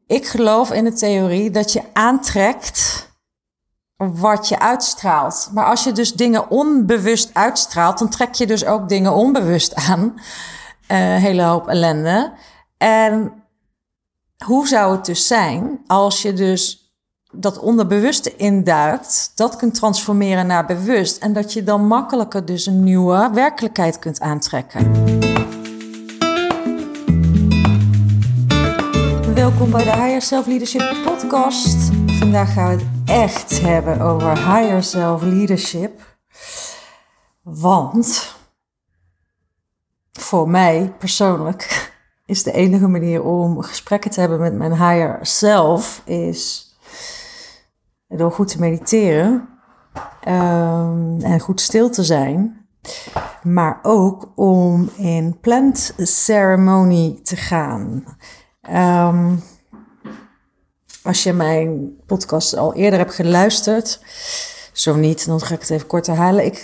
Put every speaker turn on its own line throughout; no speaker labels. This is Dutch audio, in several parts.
Ik geloof in de theorie dat je aantrekt wat je uitstraalt. Maar als je dus dingen onbewust uitstraalt, dan trek je dus ook dingen onbewust aan. Hele hoop ellende. En hoe zou het dus zijn als je dus dat onderbewuste induikt, dat kunt transformeren naar bewust en dat je dan makkelijker dus een nieuwe werkelijkheid kunt aantrekken. Welkom bij de Higher Self Leadership podcast. Vandaag gaan we het echt hebben over Higher Self Leadership. Want voor mij persoonlijk is de enige manier om gesprekken te hebben met mijn Higher Self is door goed te mediteren en goed stil te zijn. Maar ook om in plant ceremony te gaan. Als je mijn podcast al eerder hebt geluisterd, zo niet, dan ga ik het even kort herhalen. Ik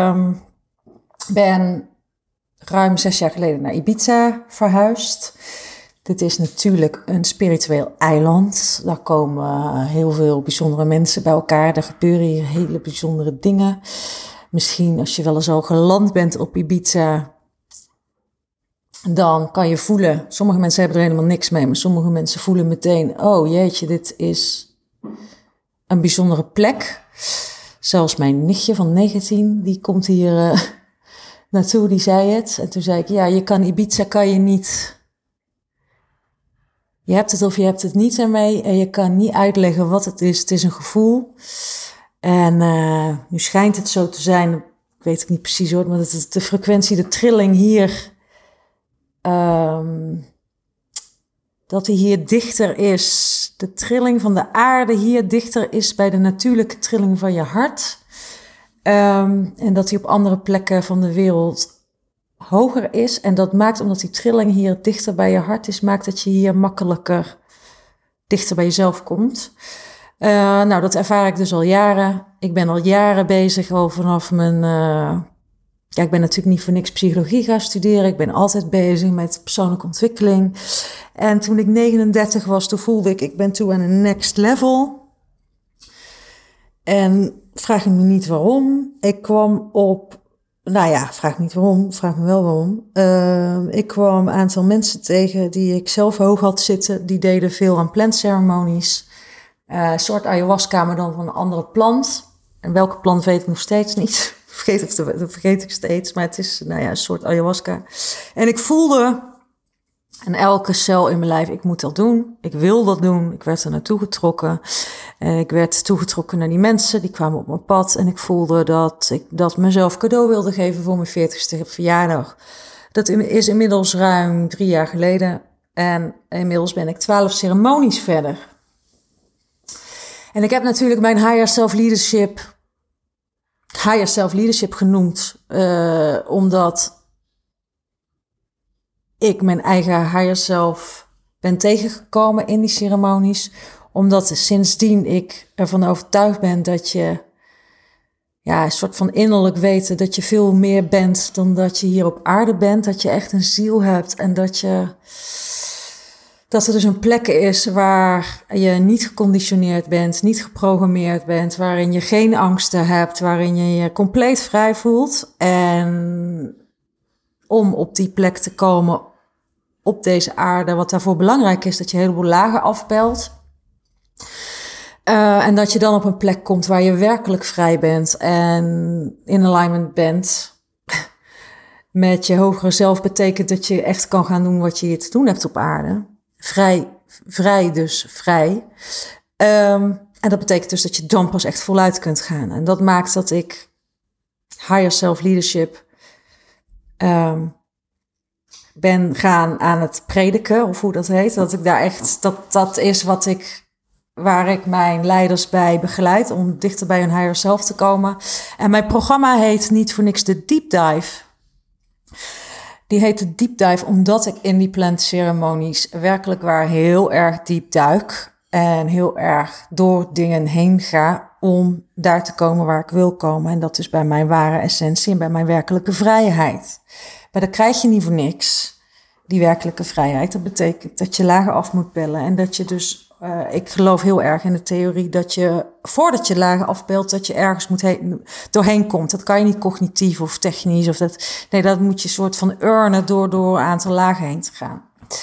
ben ruim 6 jaar geleden naar Ibiza verhuisd. Dit is natuurlijk een spiritueel eiland. Daar komen heel veel bijzondere mensen bij elkaar. Er gebeuren hier hele bijzondere dingen. Misschien als je wel eens al geland bent op Ibiza, dan kan je voelen, sommige mensen hebben er helemaal niks mee, maar sommige mensen voelen meteen, oh jeetje, dit is een bijzondere plek. Zelfs mijn nichtje van 19, die komt hier naartoe, die zei het. En toen zei ik, ja, Ibiza kan je niet. Je hebt het of je hebt het niet ermee en je kan niet uitleggen wat het is. Het is een gevoel. En nu schijnt het zo te zijn, weet ik niet precies hoor, maar dat de frequentie, de trilling hier, dat die hier dichter is. De trilling van de aarde hier dichter is bij de natuurlijke trilling van je hart. En dat die op andere plekken van de wereld hoger is. En dat maakt, omdat die trilling hier dichter bij je hart is, maakt dat je hier makkelijker dichter bij jezelf komt. Nou, dat ervaar ik dus al jaren. Ik ben al jaren bezig al vanaf mijn... ik ben natuurlijk niet voor niks psychologie gaan studeren. Ik ben altijd bezig met persoonlijke ontwikkeling. En toen ik 39 was, toen voelde ik ben toe aan een next level. En vraag me niet waarom. Ik kwam op... vraag niet waarom, vraag me wel waarom. Ik kwam een aantal mensen tegen die ik zelf hoog had zitten. Die deden veel aan plantceremonies. Een soort ayahuasca, maar dan van een andere plant. En welke plant weet ik nog steeds niet. Dat vergeet ik steeds, maar het is een soort ayahuasca. En ik voelde, en elke cel in mijn lijf, ik moet dat doen. Ik wil dat doen. Ik werd er naartoe getrokken. Ik werd toegetrokken naar die mensen, die kwamen op mijn pad. En ik voelde dat ik dat mezelf cadeau wilde geven voor mijn 40ste verjaardag. Dat is inmiddels ruim 3 jaar geleden. En inmiddels ben ik 12 ceremonies verder. En ik heb natuurlijk mijn Higher Self Leadership genoemd, omdat ik mijn eigen Higher Self ben tegengekomen in die ceremonies. Omdat sindsdien ik ervan overtuigd ben dat je een soort van innerlijk weten dat je veel meer bent dan dat je hier op aarde bent. Dat je echt een ziel hebt en dat er dus een plek is waar je niet geconditioneerd bent, niet geprogrammeerd bent, waarin je geen angsten hebt, waarin je je compleet vrij voelt. En om op die plek te komen op deze aarde, wat daarvoor belangrijk is, dat je een heleboel lagen afpelt. En dat je dan op een plek komt waar je werkelijk vrij bent en in alignment bent met je hogere zelf, betekent dat je echt kan gaan doen wat je hier te doen hebt op aarde. Vrij dus vrij. En dat betekent dus dat je dan pas echt voluit kunt gaan. En dat maakt dat ik Higher Self Leadership ben gaan aan het prediken, of hoe dat heet. Dat ik daar echt, dat is waar ik mijn leiders bij begeleid om dichter bij hun Higher Self te komen. En mijn programma heet niet voor niks de Deep Dive. Die heet de Deep Dive omdat ik in die plant ceremonies werkelijk waar heel erg diep duik. En heel erg door dingen heen ga om daar te komen waar ik wil komen. En dat is bij mijn ware essentie en bij mijn werkelijke vrijheid. Maar dat krijg je niet voor niks. die werkelijke vrijheid. Dat betekent dat je lagen af moet bellen. En dat je dus, ik geloof heel erg in de theorie dat je, voordat je lagen afbelt, dat je ergens doorheen komt. Dat kan je niet cognitief of technisch. Dat moet je soort van urnen door een aantal lagen heen te gaan.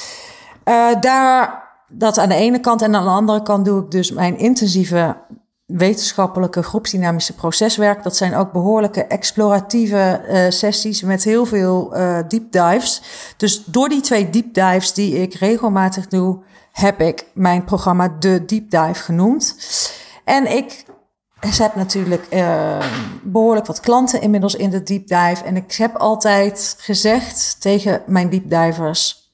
Dat aan de ene kant en aan de andere kant doe ik dus mijn intensieve wetenschappelijke groepsdynamische proceswerk. Dat zijn ook behoorlijke exploratieve sessies met heel veel deep dives. Dus door die 2 deep dives die ik regelmatig doe, heb ik mijn programma de deep dive genoemd. En ik heb natuurlijk behoorlijk wat klanten inmiddels in de deep dive. En ik heb altijd gezegd tegen mijn deep divers,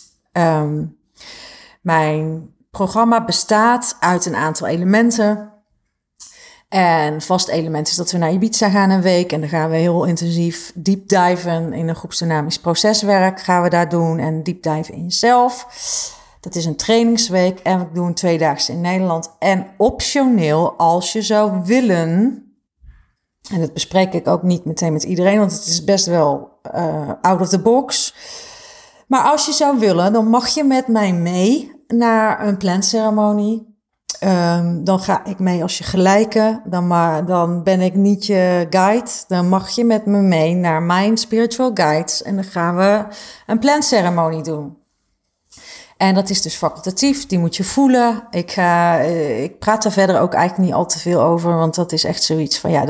mijn programma bestaat uit een aantal elementen. En vast element is dat we naar Ibiza gaan een week. En dan gaan we heel intensief deep diven in een groepsdynamisch proceswerk. Gaan we daar doen. En deep dive in jezelf. Dat is een trainingsweek. En we doen 2-daagse in Nederland. En optioneel, als je zou willen. En dat bespreek ik ook niet meteen met iedereen. Want het is best wel out of the box. Maar als je zou willen, dan mag je met mij mee naar een plantceremonie. Dan ga ik mee als je gelijke. Dan ben ik niet je guide. Dan mag je met me mee naar mijn spiritual guides. En dan gaan we een plantceremonie doen. En dat is dus facultatief. Die moet je voelen. Ik praat daar verder ook eigenlijk niet al te veel over. Want dat is echt zoiets van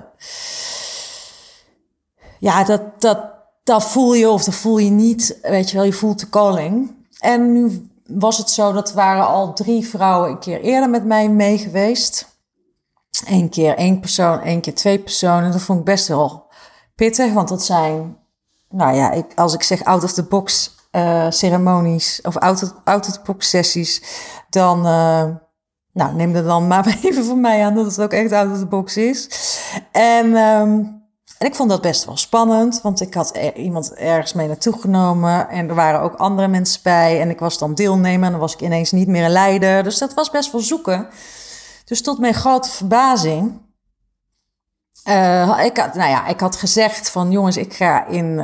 dat voel je of dat voel je niet. Weet je wel, je voelt de calling. En nu was het zo, dat waren al 3 vrouwen een keer eerder met mij mee geweest. 1 keer 1 persoon, 1 keer 2 personen. Dat vond ik best wel pittig, want dat zijn, als ik zeg out of the box ceremonies of out of the box sessies, dan neem er dan maar even van mij aan dat het ook echt out of the box is. En ik vond dat best wel spannend, want ik had iemand ergens mee naartoe genomen en er waren ook andere mensen bij en ik was dan deelnemer en dan was ik ineens niet meer een leider. Dus dat was best wel zoeken. Dus tot mijn grote verbazing, ik had gezegd van jongens, ik ga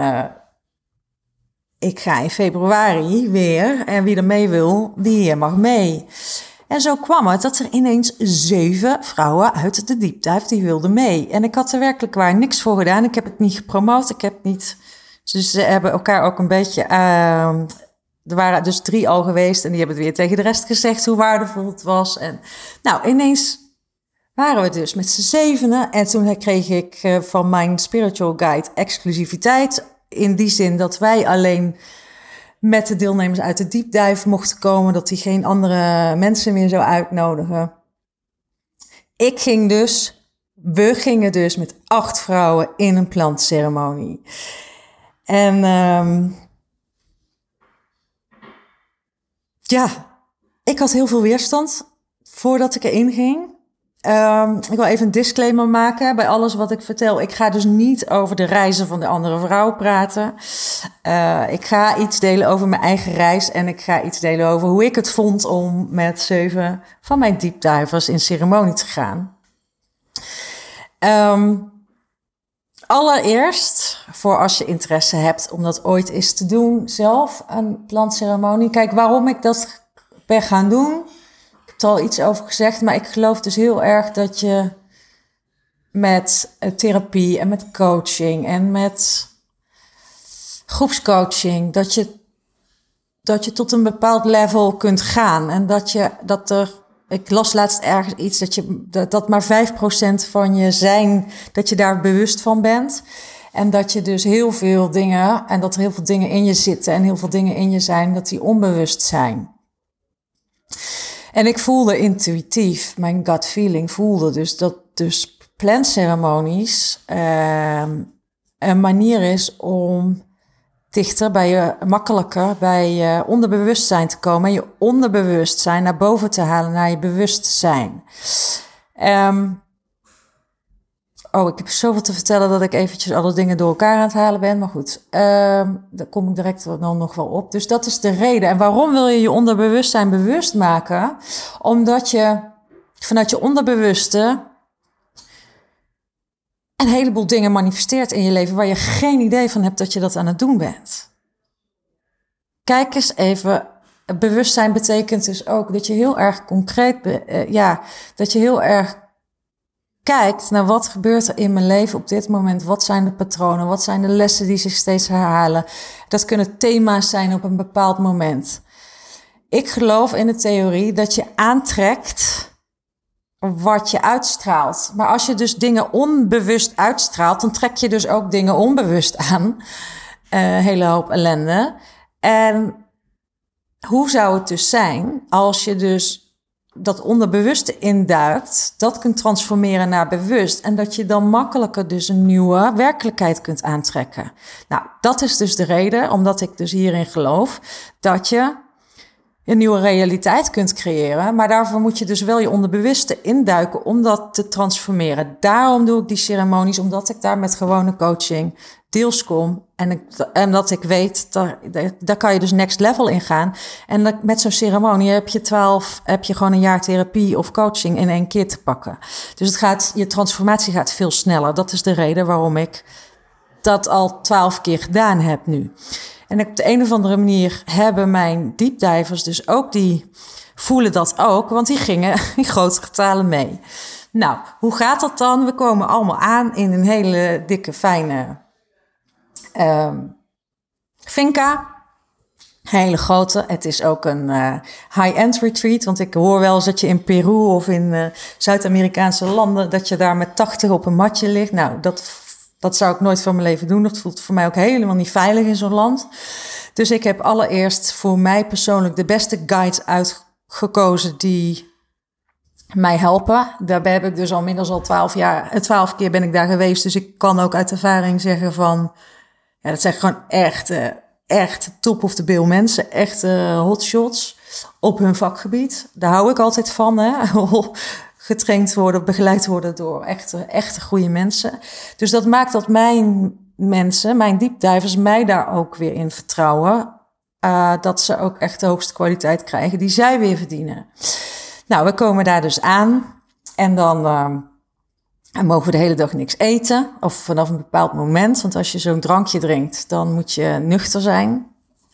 in februari weer en wie er mee wil, die mag mee. En zo kwam het dat er ineens 7 vrouwen uit de deep dive die wilden mee. En ik had er werkelijk waar niks voor gedaan. Ik heb het niet gepromoot. Dus ze hebben elkaar ook een beetje. Er waren dus 3 al geweest en die hebben het weer tegen de rest gezegd hoe waardevol het was. En ineens waren we dus met z'n 7. En toen kreeg ik van mijn spiritual guide exclusiviteit. In die zin dat wij alleen met de deelnemers uit de deep dive mochten komen, dat hij geen andere mensen meer zou uitnodigen. We gingen dus met 8 vrouwen in een plantceremonie. En ik had heel veel weerstand voordat ik erin ging. Ik wil even een disclaimer maken bij alles wat ik vertel. Ik ga dus niet over de reizen van de andere vrouw praten. Ik ga iets delen over mijn eigen reis. En ik ga iets delen over hoe ik het vond om met 7 van mijn deep divers in ceremonie te gaan. Allereerst, voor als je interesse hebt om dat ooit eens te doen zelf, een plantceremonie. Kijk, waarom ik dat ben gaan doen. Ik heb er al iets over gezegd, maar ik geloof dus heel erg dat je met therapie en met coaching en met groepscoaching, dat je tot een bepaald level kunt gaan. En ik las laatst ergens iets dat maar 5% van je zijn, dat je daar bewust van bent. En dat je dus heel veel dingen, en dat er heel veel dingen in je zitten en heel veel dingen in je zijn, dat die onbewust zijn. En ik voelde intuïtief, mijn gut feeling voelde dus dat dus plantceremonies een manier is om dichter makkelijker bij je onderbewustzijn te komen. En je onderbewustzijn naar boven te halen, naar je bewustzijn. Ik heb zoveel te vertellen dat ik eventjes alle dingen door elkaar aan het halen ben. Maar goed, daar kom ik direct dan nog wel op. Dus dat is de reden. En waarom wil je je onderbewustzijn bewust maken? Omdat je vanuit je onderbewuste een heleboel dingen manifesteert in je leven waar je geen idee van hebt dat je dat aan het doen bent. kijk eens even. Bewustzijn betekent dus ook dat je heel erg concreet, dat je heel erg kijkt naar wat gebeurt er in mijn leven op dit moment. Wat zijn de patronen? Wat zijn de lessen die zich steeds herhalen? Dat kunnen thema's zijn op een bepaald moment. Ik geloof in de theorie dat je aantrekt wat je uitstraalt. Maar als je dus dingen onbewust uitstraalt, dan trek je dus ook dingen onbewust aan. Hele hoop ellende. En hoe zou het dus zijn als je dus dat onderbewuste induikt, dat kunt transformeren naar bewust en dat je dan makkelijker dus een nieuwe werkelijkheid kunt aantrekken. Nou, dat is dus de reden, omdat ik dus hierin geloof, dat je een nieuwe realiteit kunt creëren. Maar daarvoor moet je dus wel je onderbewuste induiken om dat te transformeren. Daarom doe ik die ceremonies, omdat ik daar met gewone coaching deels kom. En dat ik weet, daar kan je dus next level in gaan. En met zo'n ceremonie heb je gewoon een jaar therapie of coaching in 1 keer te pakken. Dus je transformatie gaat veel sneller. Dat is de reden waarom ik dat al 12 keer gedaan heb nu. En op de een of andere manier hebben mijn diepdivers dus ook die voelen dat ook, want die gingen in grote getalen mee. Nou, hoe gaat dat dan? We komen allemaal aan in een hele dikke, fijne finca. Hele grote. Het is ook een high-end retreat, want ik hoor wel eens dat je in Peru of in Zuid-Amerikaanse landen, dat je daar met 80 op een matje ligt. Nou, dat zou ik nooit van mijn leven doen. Dat voelt voor mij ook helemaal niet veilig in zo'n land. Dus ik heb allereerst voor mij persoonlijk de beste guides uitgekozen die mij helpen. Daarbij heb ik dus al inmiddels al 12 keer ben ik daar geweest. Dus ik kan ook uit ervaring zeggen van, ja, dat zijn gewoon echt top of the bill mensen. Echt hotshots op hun vakgebied. Daar hou ik altijd van, hè. Getraind worden, begeleid worden door echte goede mensen. Dus dat maakt dat mijn mensen, mijn diepdivers, mij daar ook weer in vertrouwen. Dat ze ook echt de hoogste kwaliteit krijgen die zij weer verdienen. Nou, we komen daar dus aan. En dan mogen we de hele dag niks eten. Of vanaf een bepaald moment. Want als je zo'n drankje drinkt, dan moet je nuchter zijn.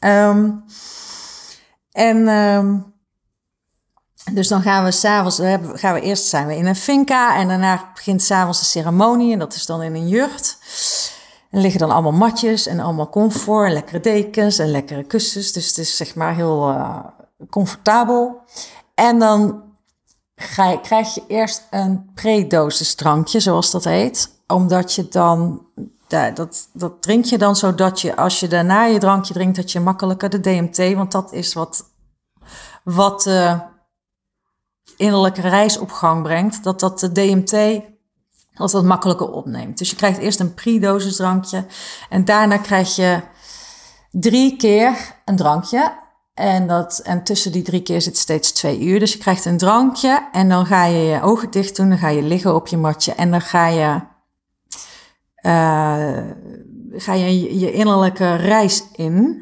Dus dan gaan we s'avonds, zijn we in een finca en daarna begint s'avonds de ceremonie en dat is dan in een jurt. En liggen dan allemaal matjes en allemaal comfort en lekkere dekens en lekkere kussens. Dus het is zeg maar heel comfortabel. En dan krijg je eerst een pre-dosis drankje, zoals dat heet. Omdat je dan, dat drink je dan zodat je, als je daarna je drankje drinkt, dat je makkelijker de DMT, want dat is wat innerlijke reis op gang brengt, dat de DMT dat makkelijker opneemt. Dus je krijgt eerst een pre-dosis drankje en daarna krijg je 3 keer een drankje. En tussen die 3 keer zit steeds 2 uur. Dus je krijgt een drankje en dan ga je je ogen dicht doen, dan ga je liggen op je matje en dan ga je innerlijke reis in.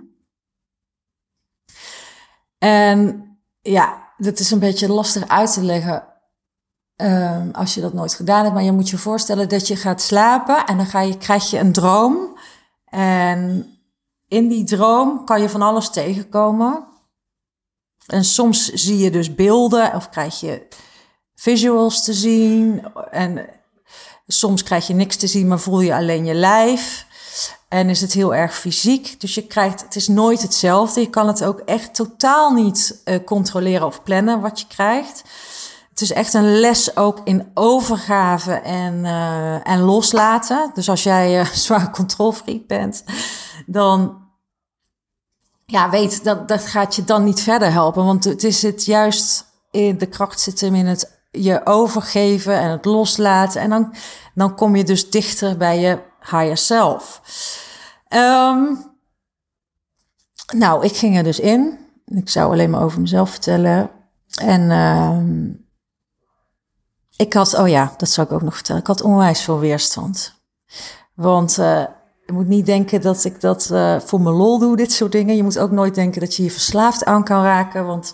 En ja, dat is een beetje lastig uit te leggen als je dat nooit gedaan hebt. Maar je moet je voorstellen dat je gaat slapen en dan krijg je een droom. En in die droom kan je van alles tegenkomen. En soms zie je dus beelden of krijg je visuals te zien. En soms krijg je niks te zien, maar voel je alleen je lijf. En is het heel erg fysiek. Dus het is nooit hetzelfde. Je kan het ook echt totaal niet controleren of plannen wat je krijgt. Het is echt een les ook in overgave en loslaten. Dus als jij zwaar controlfreak bent, dan weet dat gaat je dan niet verder helpen. Want de kracht zit hem in het je overgeven en het loslaten. En dan kom je dus dichter bij je higher self. Nou, ik ging er dus in. Ik zou alleen maar over mezelf vertellen. En ik had, dat zou ik ook nog vertellen. Ik had onwijs veel weerstand. Want je moet niet denken dat ik dat voor mijn lol doe, dit soort dingen. Je moet ook nooit denken dat je je verslaafd aan kan raken. Want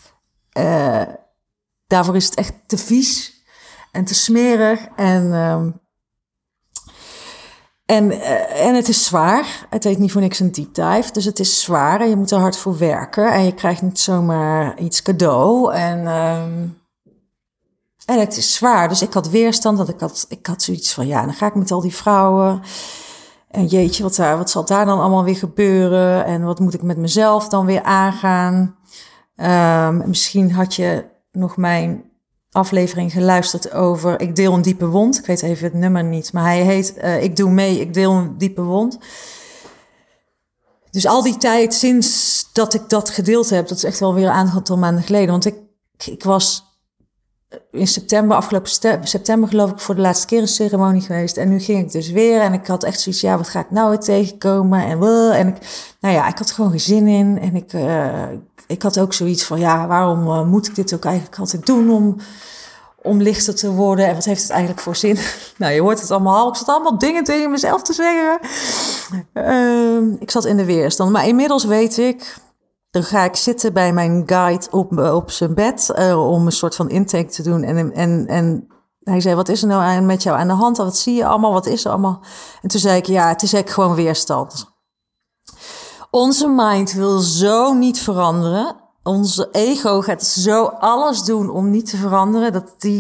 daarvoor is het echt te vies en te smerig. En En het is zwaar. Het heet niet voor niks een deep dive. Dus het is zwaar en je moet er hard voor werken. En je krijgt niet zomaar iets cadeau. En het is zwaar. Dus ik had weerstand. Want ik had zoiets van, ja, dan ga ik met al die vrouwen. En jeetje, wat zal daar dan allemaal weer gebeuren? En wat moet ik met mezelf dan weer aangaan? Misschien had je nog mijn aflevering geluisterd over Ik deel een diepe wond. Ik weet even het nummer niet, maar hij heet Ik doe mee, ik deel een diepe wond. Dus al die tijd sinds dat ik dat gedeeld heb, dat is echt wel weer een aantal maanden geleden. Want ik was in afgelopen september geloof ik, voor de laatste keer een ceremonie geweest. En nu ging ik dus weer en ik had echt zoiets, ja, wat ga ik nou weer tegenkomen? En ik had gewoon geen zin in. En ik had ook zoiets van, ja, waarom moet ik dit ook eigenlijk altijd doen om lichter te worden? En wat heeft het eigenlijk voor zin? Nou, je hoort het allemaal. Ik zat allemaal dingen tegen mezelf te zeggen. Ik zat in de weerstand. Maar inmiddels weet ik, dan ga ik zitten bij mijn guide op zijn bed om een soort van intake te doen. En hij zei, wat is er nou met jou aan de hand? Wat zie je allemaal? Wat is er allemaal? En toen zei ik, ja, het is eigenlijk gewoon weerstand. Onze mind wil zo niet veranderen. Onze ego gaat zo alles doen om niet te veranderen.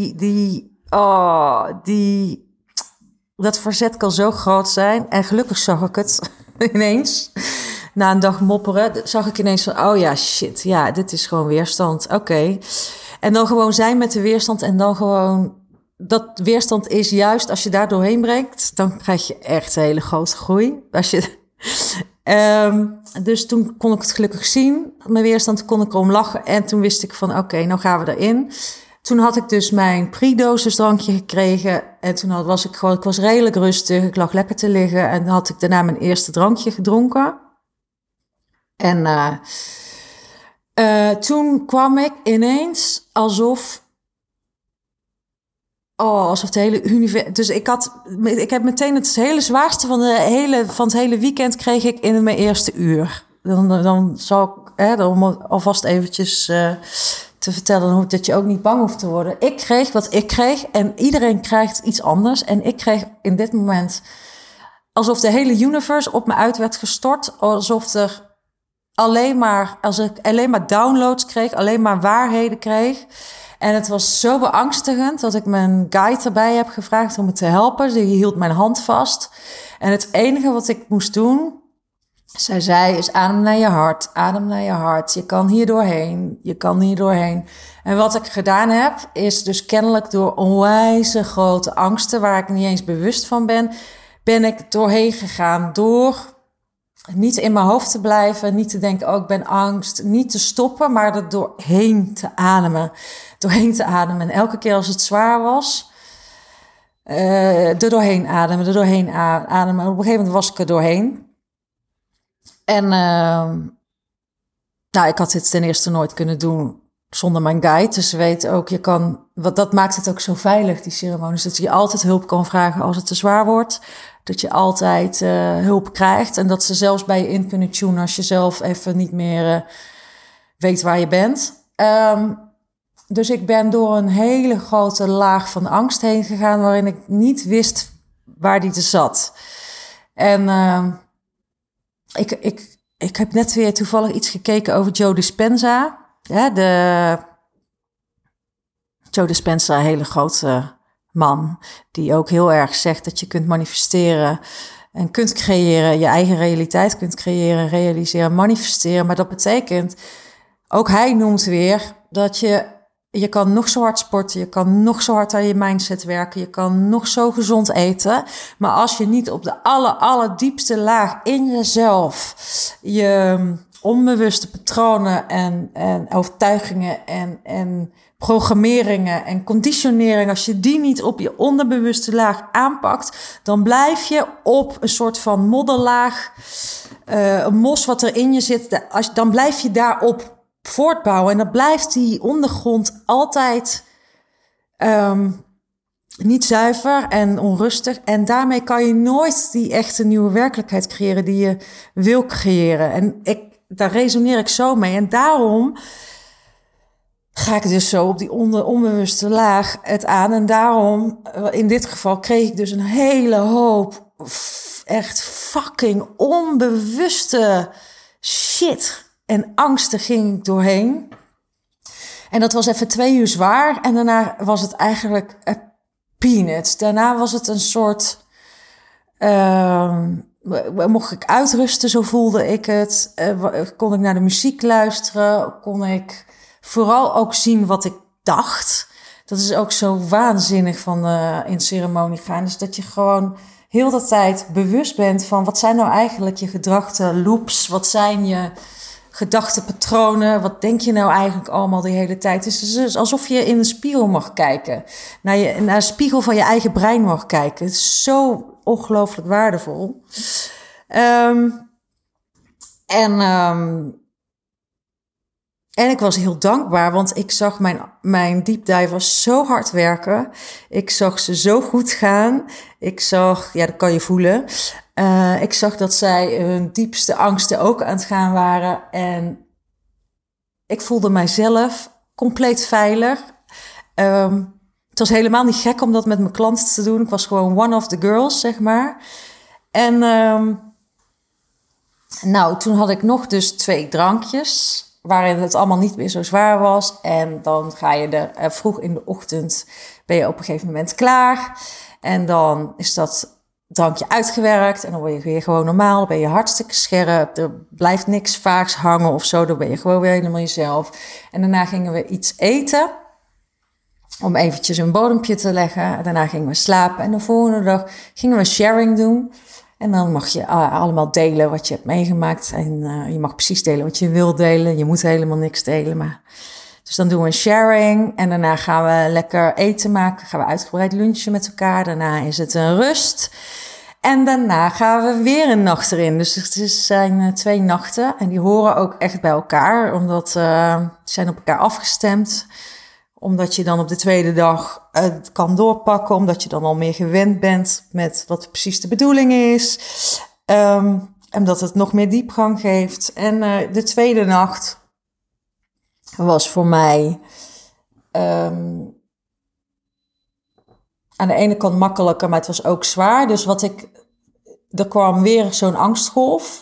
Dat verzet kan zo groot zijn. En gelukkig zag ik het ineens. Na een dag mopperen zag ik ineens van, oh ja, shit. Ja, dit is gewoon weerstand. Oké. En dan gewoon zijn met de weerstand. En dan gewoon, dat weerstand is juist, als je daar doorheen brengt, dan krijg je echt een hele grote groei. Dus toen kon ik het gelukkig zien, mijn weerstand, kon ik erom lachen. En toen wist ik van, oké, nou gaan we erin. Toen had ik dus mijn pre-dosis drankje gekregen. En toen ik was redelijk rustig. Ik lag lekker te liggen. En had ik daarna mijn eerste drankje gedronken. En toen kwam ik ineens alsof de hele universum. Dus ik heb meteen het hele zwaarste van het hele weekend kreeg ik in mijn eerste uur. Dan zal ik om alvast eventjes te vertellen dat je ook niet bang hoeft te worden. Ik kreeg wat ik kreeg en iedereen krijgt iets anders. En ik kreeg in dit moment alsof de hele universe op me uit werd gestort. Alsof als ik alleen maar downloads kreeg, alleen maar waarheden kreeg. En het was zo beangstigend dat ik mijn guide erbij heb gevraagd om me te helpen. Die hield mijn hand vast. En het enige wat ik moest doen, zij zei, is adem naar je hart. Adem naar je hart. Je kan hier doorheen. Je kan hier doorheen. En wat ik gedaan heb, is dus kennelijk door onwijze grote angsten, waar ik niet eens bewust van ben ik doorheen gegaan. Door niet in mijn hoofd te blijven, niet te denken, ik ben angst. Niet te stoppen, maar er doorheen te ademen. Doorheen te ademen. En elke keer als het zwaar was, er doorheen ademen, er doorheen ademen. En op een gegeven moment was ik er doorheen. En ik had dit ten eerste nooit kunnen doen zonder mijn guide. Dus ze weten ook, dat maakt het ook zo veilig, die ceremonies. Dat je altijd hulp kan vragen als het te zwaar wordt. Dat je altijd hulp krijgt. En dat ze zelfs bij je in kunnen tunen als je zelf even niet meer weet waar je bent. Dus ik ben door een hele grote laag van angst heen gegaan, waarin ik niet wist waar die zat. En ik heb net weer toevallig iets gekeken over Joe Dispenza. Ja, Joe Dispenza, een hele grote man, die ook heel erg zegt dat je kunt manifesteren en kunt creëren, je eigen realiteit kunt creëren, realiseren, manifesteren. Maar dat betekent, ook hij noemt weer, dat je kan nog zo hard sporten, je kan nog zo hard aan je mindset werken, je kan nog zo gezond eten. Maar als je niet op de allerdiepste laag in jezelf je onbewuste patronen en overtuigingen en programmeringen en conditionering, als je die niet op je onderbewuste laag aanpakt, dan blijf je op een soort van modderlaag, een mos wat er in je zit, dan blijf je daarop voortbouwen. En dan blijft die ondergrond altijd niet zuiver en onrustig. En daarmee kan je nooit die echte nieuwe werkelijkheid creëren die je wil creëren. En daar resoneer ik zo mee. En daarom ga ik dus zo op die onbewuste laag het aan. En daarom, in dit geval, kreeg ik dus een hele hoop echt fucking onbewuste shit en angsten ging ik doorheen. En dat was even 2 uur zwaar. En daarna was het eigenlijk peanuts. Daarna was het een soort... mocht ik uitrusten, zo voelde ik het. Kon ik naar de muziek luisteren. Kon ik vooral ook zien wat ik dacht. Dat is ook zo waanzinnig van in ceremonie gaan. Dus dat je gewoon heel de tijd bewust bent van... wat zijn nou eigenlijk je gedachtenloops? Wat zijn je gedachtenpatronen? Wat denk je nou eigenlijk allemaal de hele tijd? Het is dus alsof je in een spiegel mag kijken. Naar een spiegel van je eigen brein mag kijken. Het is zo ongelooflijk waardevol. En ik was heel dankbaar, want ik zag mijn deep dive was zo hard werken. Ik zag ze zo goed gaan. Ik zag, ja, dat kan je voelen. Ik zag dat zij hun diepste angsten ook aan het gaan waren. En ik voelde mijzelf compleet veilig. Het was helemaal niet gek om dat met mijn klanten te doen. Ik was gewoon one of the girls, zeg maar. En toen had ik nog dus 2 drankjes... waarin het allemaal niet meer zo zwaar was. En dan ga je er vroeg in de ochtend... ben je op een gegeven moment klaar. En dan is dat drankje uitgewerkt. En dan word je weer gewoon normaal. Dan ben je hartstikke scherp. Er blijft niks vaaks hangen of zo. Dan ben je gewoon weer helemaal jezelf. En daarna gingen we iets eten... om eventjes een bodempje te leggen. Daarna gingen we slapen. En de volgende dag gingen we sharing doen... En dan mag je allemaal delen wat je hebt meegemaakt. En je mag precies delen wat je wil delen. Je moet helemaal niks delen. Maar... Dus dan doen we een sharing. En daarna gaan we lekker eten maken. Gaan we uitgebreid lunchen met elkaar. Daarna is het een rust. En daarna gaan we weer een nacht erin. Dus het zijn 2 nachten. En die horen ook echt bij elkaar. Omdat ze zijn op elkaar afgestemd. Omdat je dan op de tweede dag het kan doorpakken. Omdat je dan al meer gewend bent met wat precies de bedoeling is. En dat het nog meer diepgang geeft. En de tweede nacht was voor mij aan de ene kant makkelijker, maar het was ook zwaar. Dus er kwam weer zo'n angstgolf.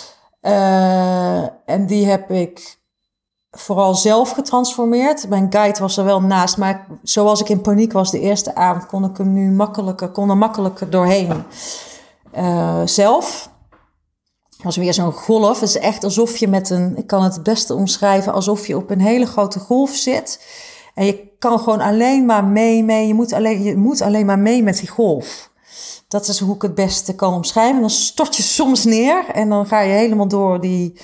En die heb ik... vooral zelf getransformeerd. Mijn guide was er wel naast, maar zoals ik in paniek was de eerste avond, kon ik hem nu makkelijker doorheen. Zelf. Het was weer zo'n golf. Het is echt alsof je ik kan het beste omschrijven, alsof je op een hele grote golf zit. En je kan gewoon alleen maar mee. Je moet alleen maar mee met die golf. Dat is hoe ik het beste kan omschrijven. Dan stort je soms neer en dan ga je helemaal door die...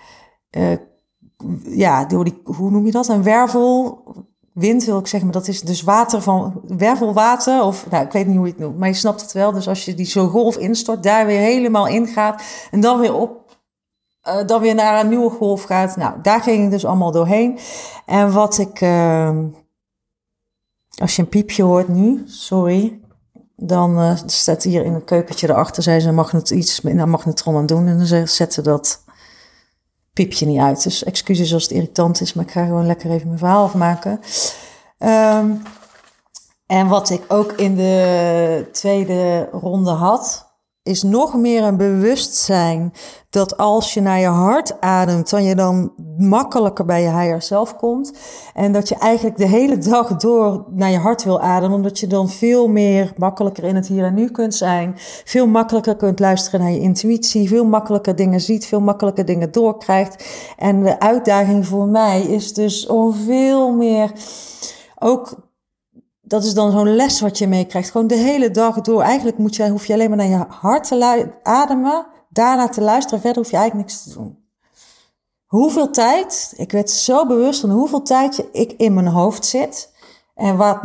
hoe noem je dat? Een wervelwind wil ik zeggen, maar dat is dus wervelwater, of nou, ik weet niet hoe je het noemt, maar je snapt het wel. Dus als je die zo'n golf instort, daar weer helemaal in gaat en dan weer naar een nieuwe golf gaat. Nou, daar ging ik dus allemaal doorheen. En wat ik, als je een piepje hoort nu, sorry, dan staat hier in een keukentje erachter, zei ze, iets met een magnetron aan doen en dan zetten dat piepje niet uit. Dus excuses als het irritant is, maar ik ga gewoon lekker even mijn verhaal afmaken. En wat ik ook in de tweede ronde had, is nog meer een bewustzijn dat als je naar je hart ademt, dan je dan makkelijker bij je higher self komt. En dat je eigenlijk de hele dag door naar je hart wil ademen, omdat je dan veel meer makkelijker in het hier en nu kunt zijn. Veel makkelijker kunt luisteren naar je intuïtie, veel makkelijker dingen ziet, veel makkelijker dingen doorkrijgt. En de uitdaging voor mij is dus om veel meer ook... Dat is dan zo'n les wat je meekrijgt. Gewoon de hele dag door. Eigenlijk hoef je alleen maar naar je hart te ademen. Daarna te luisteren. Verder hoef je eigenlijk niks te doen. Hoeveel tijd, ik werd zo bewust van hoeveel tijd ik in mijn hoofd zit. En wat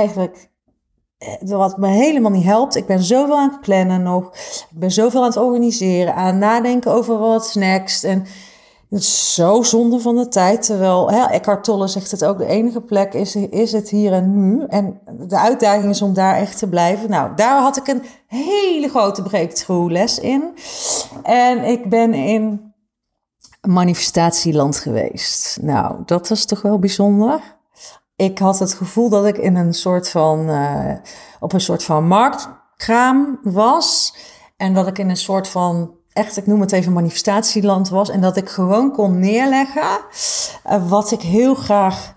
me helemaal niet helpt. Ik ben zoveel aan het plannen nog. Ik ben zoveel aan het organiseren. Aan het nadenken over wat next. En het is zo zonde van de tijd. Terwijl Eckhart Tolle zegt het ook. De enige plek is het hier en nu. En de uitdaging is om daar echt te blijven. Nou, daar had ik een hele grote breakthrough-les in. En ik ben in manifestatieland geweest. Nou, dat was toch wel bijzonder. Ik had het gevoel dat ik in op een soort van marktkraam was. En dat ik in een soort van, echt, ik noem het even manifestatieland was. En dat ik gewoon kon neerleggen wat ik heel graag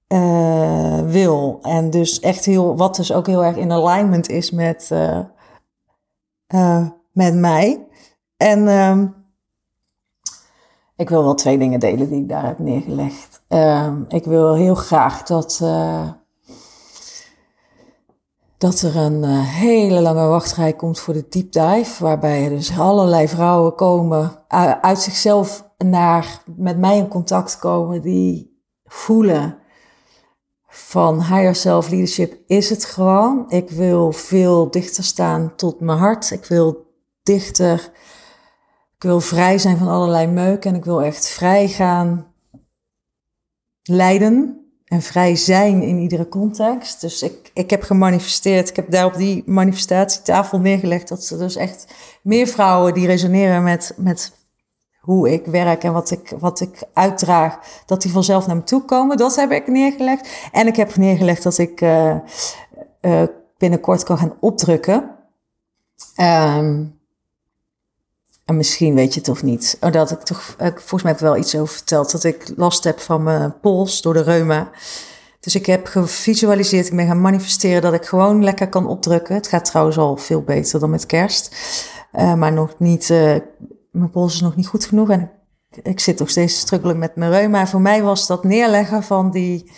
wil. En dus echt wat dus ook heel erg in alignment is met mij. En ik wil wel 2 dingen delen die ik daar heb neergelegd. Ik wil heel graag dat er een hele lange wachtrij komt voor de deep dive. Waarbij dus allerlei vrouwen komen uit zichzelf met mij in contact komen. Die voelen van higher self leadership is het gewoon. Ik wil veel dichter staan tot mijn hart. Ik wil vrij zijn van allerlei meuk. En ik wil echt vrij gaan leiden. En vrij zijn in iedere context. Dus ik heb gemanifesteerd. Ik heb daar op die manifestatietafel neergelegd. Dat er dus echt meer vrouwen die resoneren met hoe ik werk en wat ik uitdraag. Dat die vanzelf naar me toe komen. Dat heb ik neergelegd. En ik heb neergelegd dat ik binnenkort kan gaan opdrukken. En misschien weet je het toch niet. Dat ik toch, volgens mij heb ik wel iets over verteld. Dat ik last heb van mijn pols door de reuma. Dus ik heb gevisualiseerd, ik ben gaan manifesteren dat ik gewoon lekker kan opdrukken. Het gaat trouwens al veel beter dan met kerst. Maar nog niet, mijn pols is nog niet goed genoeg. En ik zit nog steeds struggelen met mijn reuma. Voor mij was dat neerleggen van die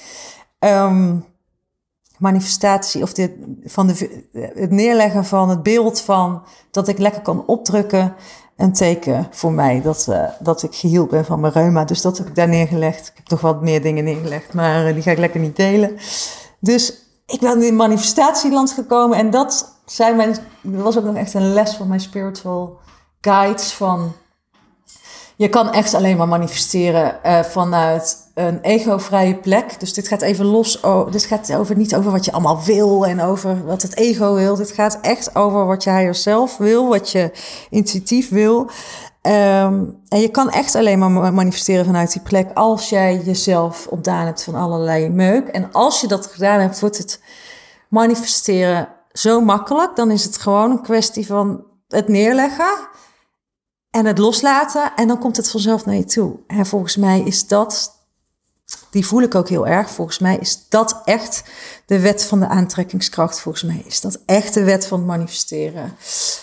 manifestatie. Of het neerleggen van het beeld van dat ik lekker kan opdrukken. Een teken voor mij dat ik geheeld ben van mijn reuma. Dus dat heb ik daar neergelegd. Ik heb nog wat meer dingen neergelegd, maar die ga ik lekker niet delen. Dus ik ben in manifestatieland gekomen. En dat was ook nog echt een les van mijn spiritual guides. Van, je kan echt alleen maar manifesteren vanuit een ego-vrije plek. Dus dit gaat even los. Dit gaat niet over wat je allemaal wil en over wat het ego wil. Dit gaat echt over wat je higher self wil, wat je intuïtief wil. En je kan echt alleen maar manifesteren vanuit die plek als jij jezelf ontdaan hebt van allerlei meuk. En als je dat gedaan hebt, wordt het manifesteren zo makkelijk. Dan is het gewoon een kwestie van het neerleggen. En het loslaten en dan komt het vanzelf naar je toe. En volgens mij is dat, die voel ik ook heel erg. Volgens mij is dat echt de wet van de aantrekkingskracht. Volgens mij is dat echt de wet van het manifesteren.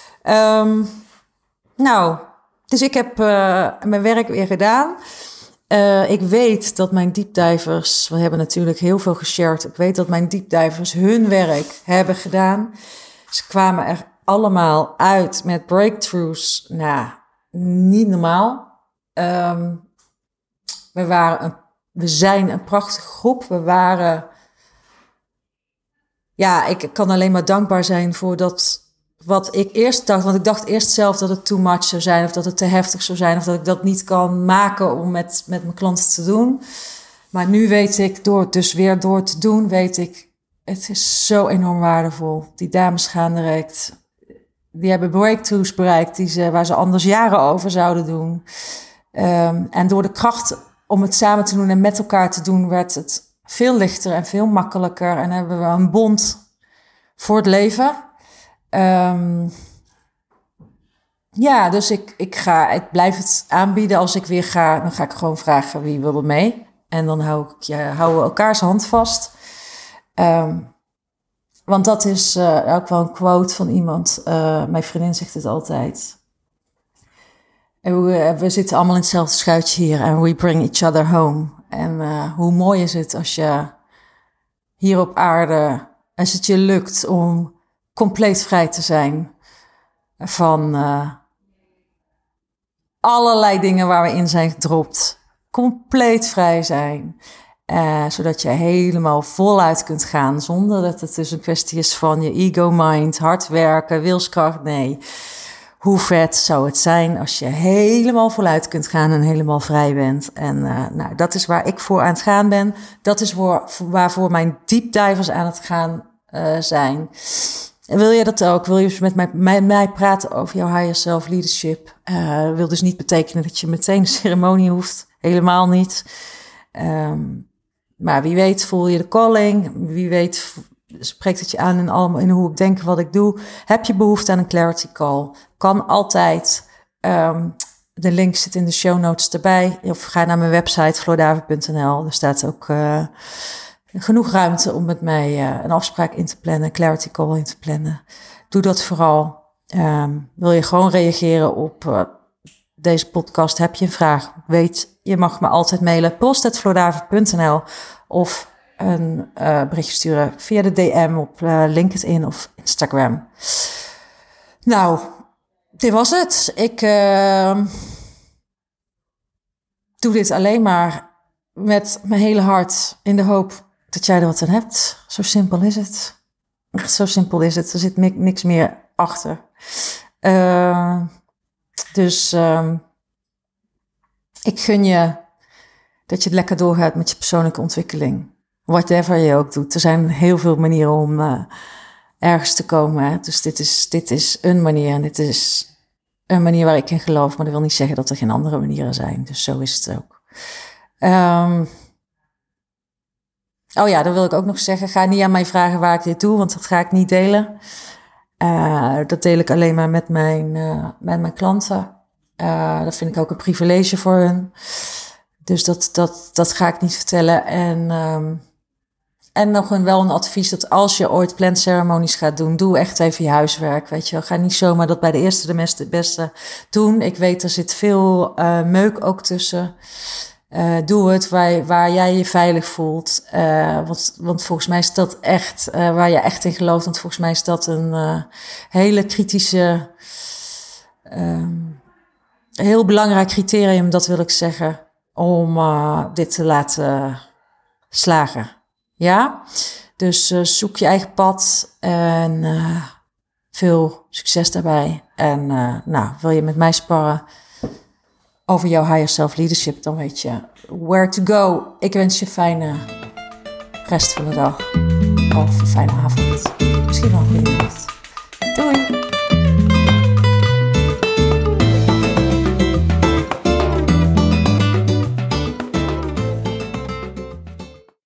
Dus ik heb mijn werk weer gedaan. Ik weet dat mijn deepdivers, we hebben natuurlijk heel veel geshared. Ik weet dat mijn deepdivers hun werk hebben gedaan. Ze kwamen er allemaal uit met breakthroughs. Nou, niet normaal. We zijn een prachtige groep. Ik kan alleen maar dankbaar zijn voor dat wat ik eerst dacht. Want ik dacht eerst zelf dat het too much zou zijn. Of dat het te heftig zou zijn. Of dat ik dat niet kan maken om met mijn klanten te doen. Maar nu weet ik, door te doen, weet ik, het is zo enorm waardevol. Die dames gaan direct. Die hebben breakthroughs bereikt waar ze anders jaren over zouden doen. En door de kracht om het samen te doen en met elkaar te doen, werd het veel lichter en veel makkelijker. En hebben we een bond voor het leven. Dus ik blijf het aanbieden. Als ik weer ga, dan ga ik gewoon vragen wie wil er mee. En dan houden we elkaars hand vast. Want dat is ook wel een quote van iemand. Mijn vriendin zegt het altijd. We zitten allemaal in hetzelfde schuitje hier. En we bring each other home. En hoe mooi is het als je hier op aarde, als het je lukt om compleet vrij te zijn van allerlei dingen waar we in zijn gedropt. Compleet vrij zijn. Zodat je helemaal voluit kunt gaan. Zonder dat het dus een kwestie is van je ego-mind, hard werken, wilskracht. Nee, hoe vet zou het zijn als je helemaal voluit kunt gaan en helemaal vrij bent. En dat is waar ik voor aan het gaan ben. Dat is waarvoor mijn deepdivers aan het gaan zijn. En wil je dat ook? Wil je met mij praten over jouw higher self leadership? Wil dus niet betekenen dat je meteen een ceremonie hoeft. Helemaal niet. Maar wie weet voel je de calling. Wie weet spreekt het je aan in hoe ik denk, wat ik doe? Heb je behoefte aan een clarity call? Kan altijd. De link zit in de show notes erbij. Of ga naar mijn website floordaver.nl. Er staat ook genoeg ruimte om met mij een afspraak in te plannen, een clarity call in te plannen. Doe dat vooral. Wil je gewoon reageren op deze podcast? Heb je een vraag? Weet, je mag me altijd mailen. post@floordaver.nl of een berichtje sturen via de DM op LinkedIn of Instagram. Nou, dit was het. Ik doe dit alleen maar met mijn hele hart in de hoop dat jij er wat aan hebt. Zo simpel is het. Echt zo simpel is het. Er zit niks meer achter. Dus ik gun je dat je het lekker doorgaat met je persoonlijke ontwikkeling. Whatever je ook doet. Er zijn heel veel manieren om ergens te komen. Hè? Dus dit is een manier en dit is een manier waar ik in geloof. Maar dat wil niet zeggen dat er geen andere manieren zijn. Dus zo is het ook. Oh ja, dan wil ik ook nog zeggen. Ga niet aan mij vragen waar ik dit doe. Want dat ga ik niet delen. Dat deel ik alleen maar met mijn klanten. Dat vind ik ook een privilege voor hun. Dus dat ga ik niet vertellen. En nog wel een advies dat als je ooit plantceremonies gaat doen, doe echt even je huiswerk, weet je wel. Ga niet zomaar dat bij de eerste de beste doen. Ik weet, er zit veel meuk ook tussen. Doe het waar jij je veilig voelt. Want volgens mij is dat echt waar je echt in gelooft. Want volgens mij is dat een hele kritische, heel belangrijk criterium, dat wil ik zeggen, om dit te laten slagen. Ja? Dus zoek je eigen pad en veel succes daarbij. En wil je met mij sparren over jouw higher self leadership, dan weet je where to go. Ik wens je een fijne rest van de dag. Of een fijne avond. Misschien wel.